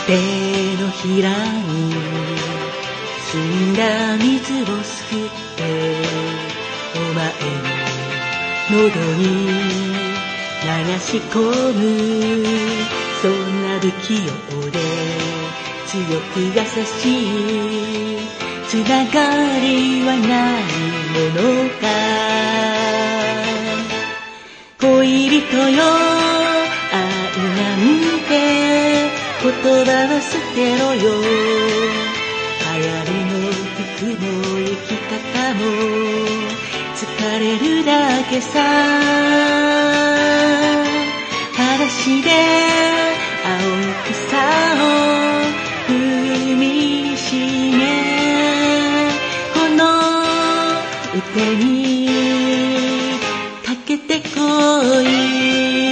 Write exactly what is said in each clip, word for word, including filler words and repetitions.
手のひらに澄んだ水をすくってお前の喉に流し込む、そんな不器用で強く優しいつながりはないものか。恋人よ、愛なんて言葉は捨てろよ。流行りの服も生き方も疲れるだけさ。裸足で青い草を踏みしめ、この腕にかけてこい。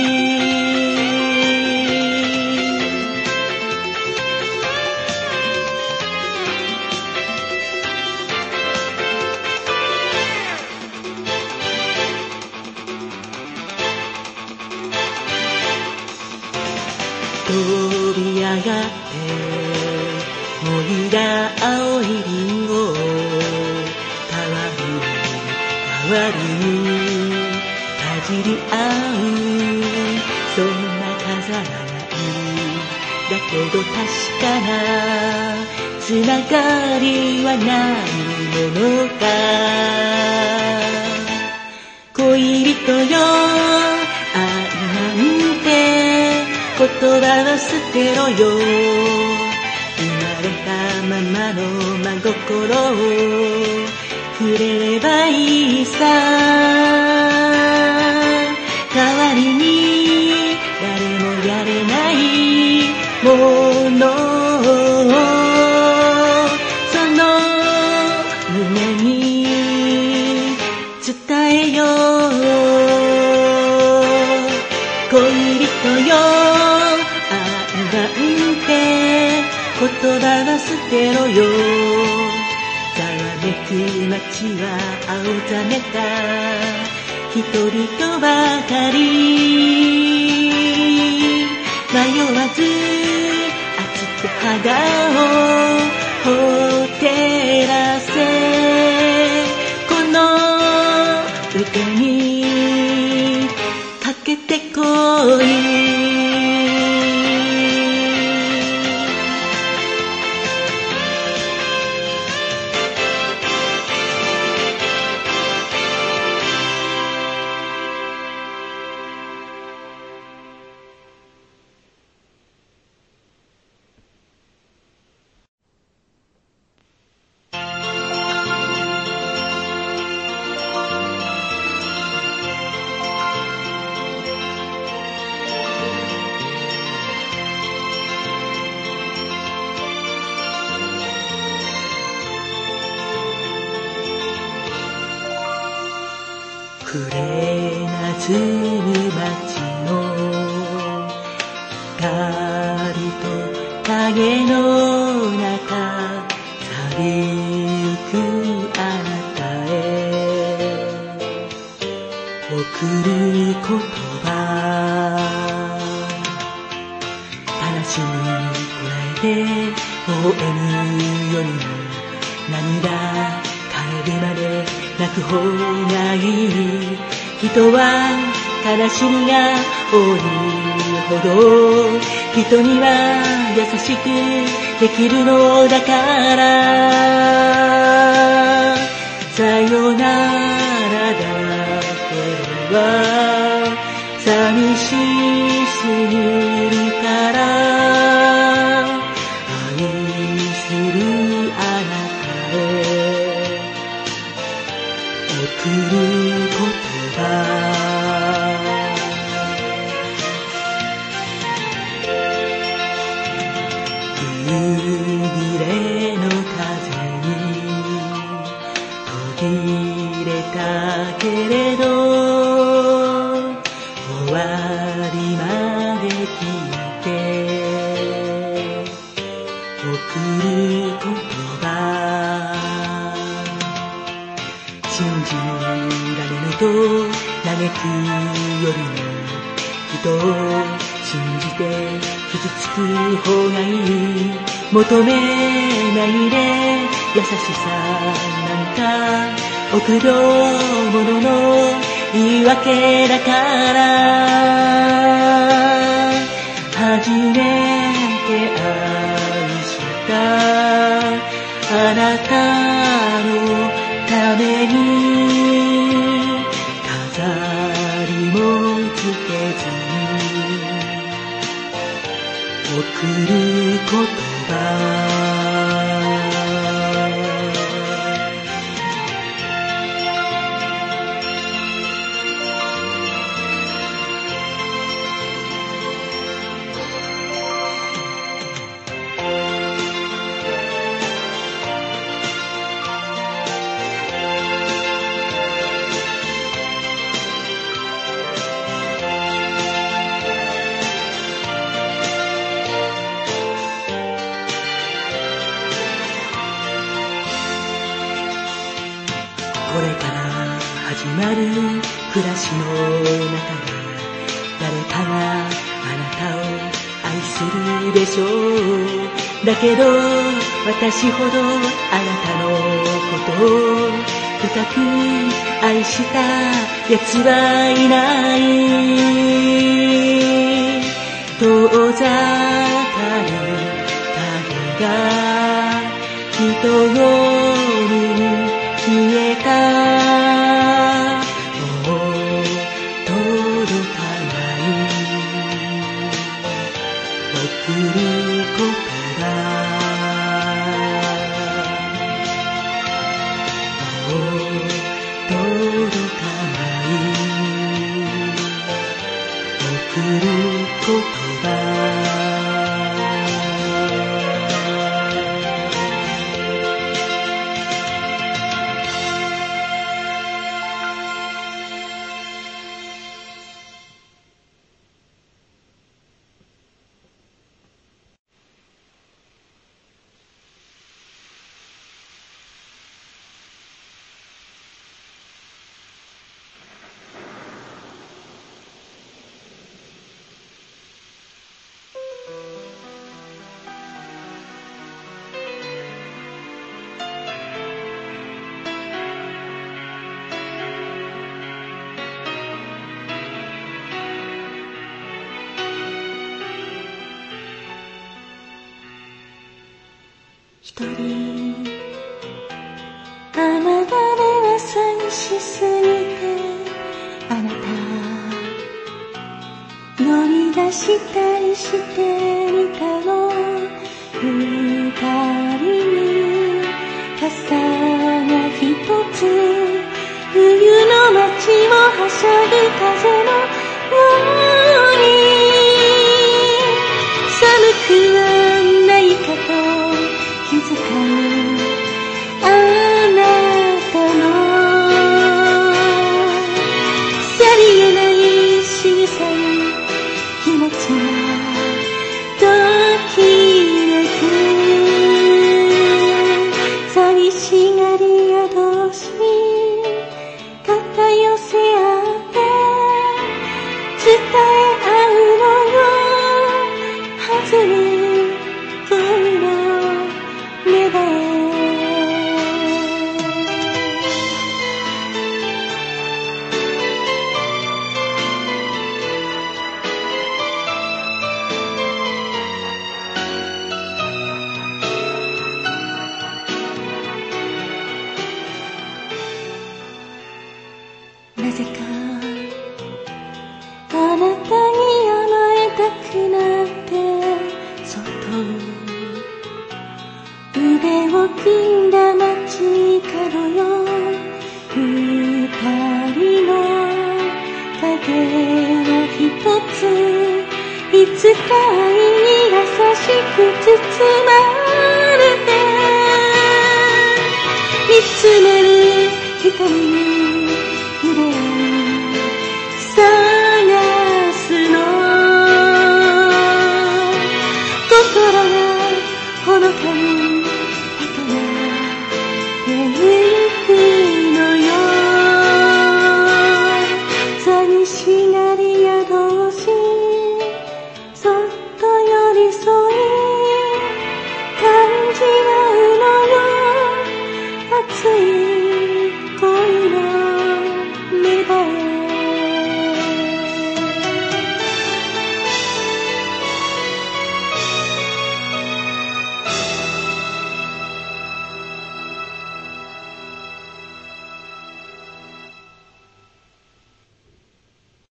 飛び上がってもいだ青いリンゴを代わりに代わりにかじり合う、そんな飾らないだけど確かなつながりはないものか。恋人よ、愛なんて言葉は捨てろよ。生まれたままの真心をくれればいいさ。代わりに誰もやれないものをその胸に伝えよう。恋人よ、言葉は捨てろよ。ざわめく街は青ざめた人々ばかり。迷わず熱く肌をほてらせ、この腕にかけてこい。暮れなずむ街の光と影の中、去りゆくあなたへ送る言葉、悲しみこらえて微笑むよりも涙帰るまで泣く方がいい。人は悲しみが多いほど人には優しくできるのだから。さよならだけは寂しすぎるから、愛するあなたへ送る言葉。夕暮れの風に途切れたけれど、終わりまで聞いて送る言葉。信じられぬと嘆くよりも、人を信信じて傷つく方がいい。求めないで優しさなんか臆病者の言い訳だから。初めて愛したあなたのために飾りもつけずに送る言葉。これから始まる暮らしの中で誰かがあなたを愛するでしょう。だけど私ほどあなたのことを深く愛した奴はいない。遠ざかる影が人夜に消えた。もう届かない送る言葉。もう届かない送る言葉。一人あなたでは寂しすぎてあなた呼び出したりしてみたの。二人に傘が一つ冬の街をはしゃぐ風のように寒くはないかと気遣うあなたのさりげない仕草に気持ちがときめく。寂しがり屋同士肩寄せ合って伝え合うのよ。弾む恋の目でなぜかあなたに甘えたくなってそっと腕を組んだ街角よ。二人の影が一ついつか愛に優しく包まれて見つめる瞳に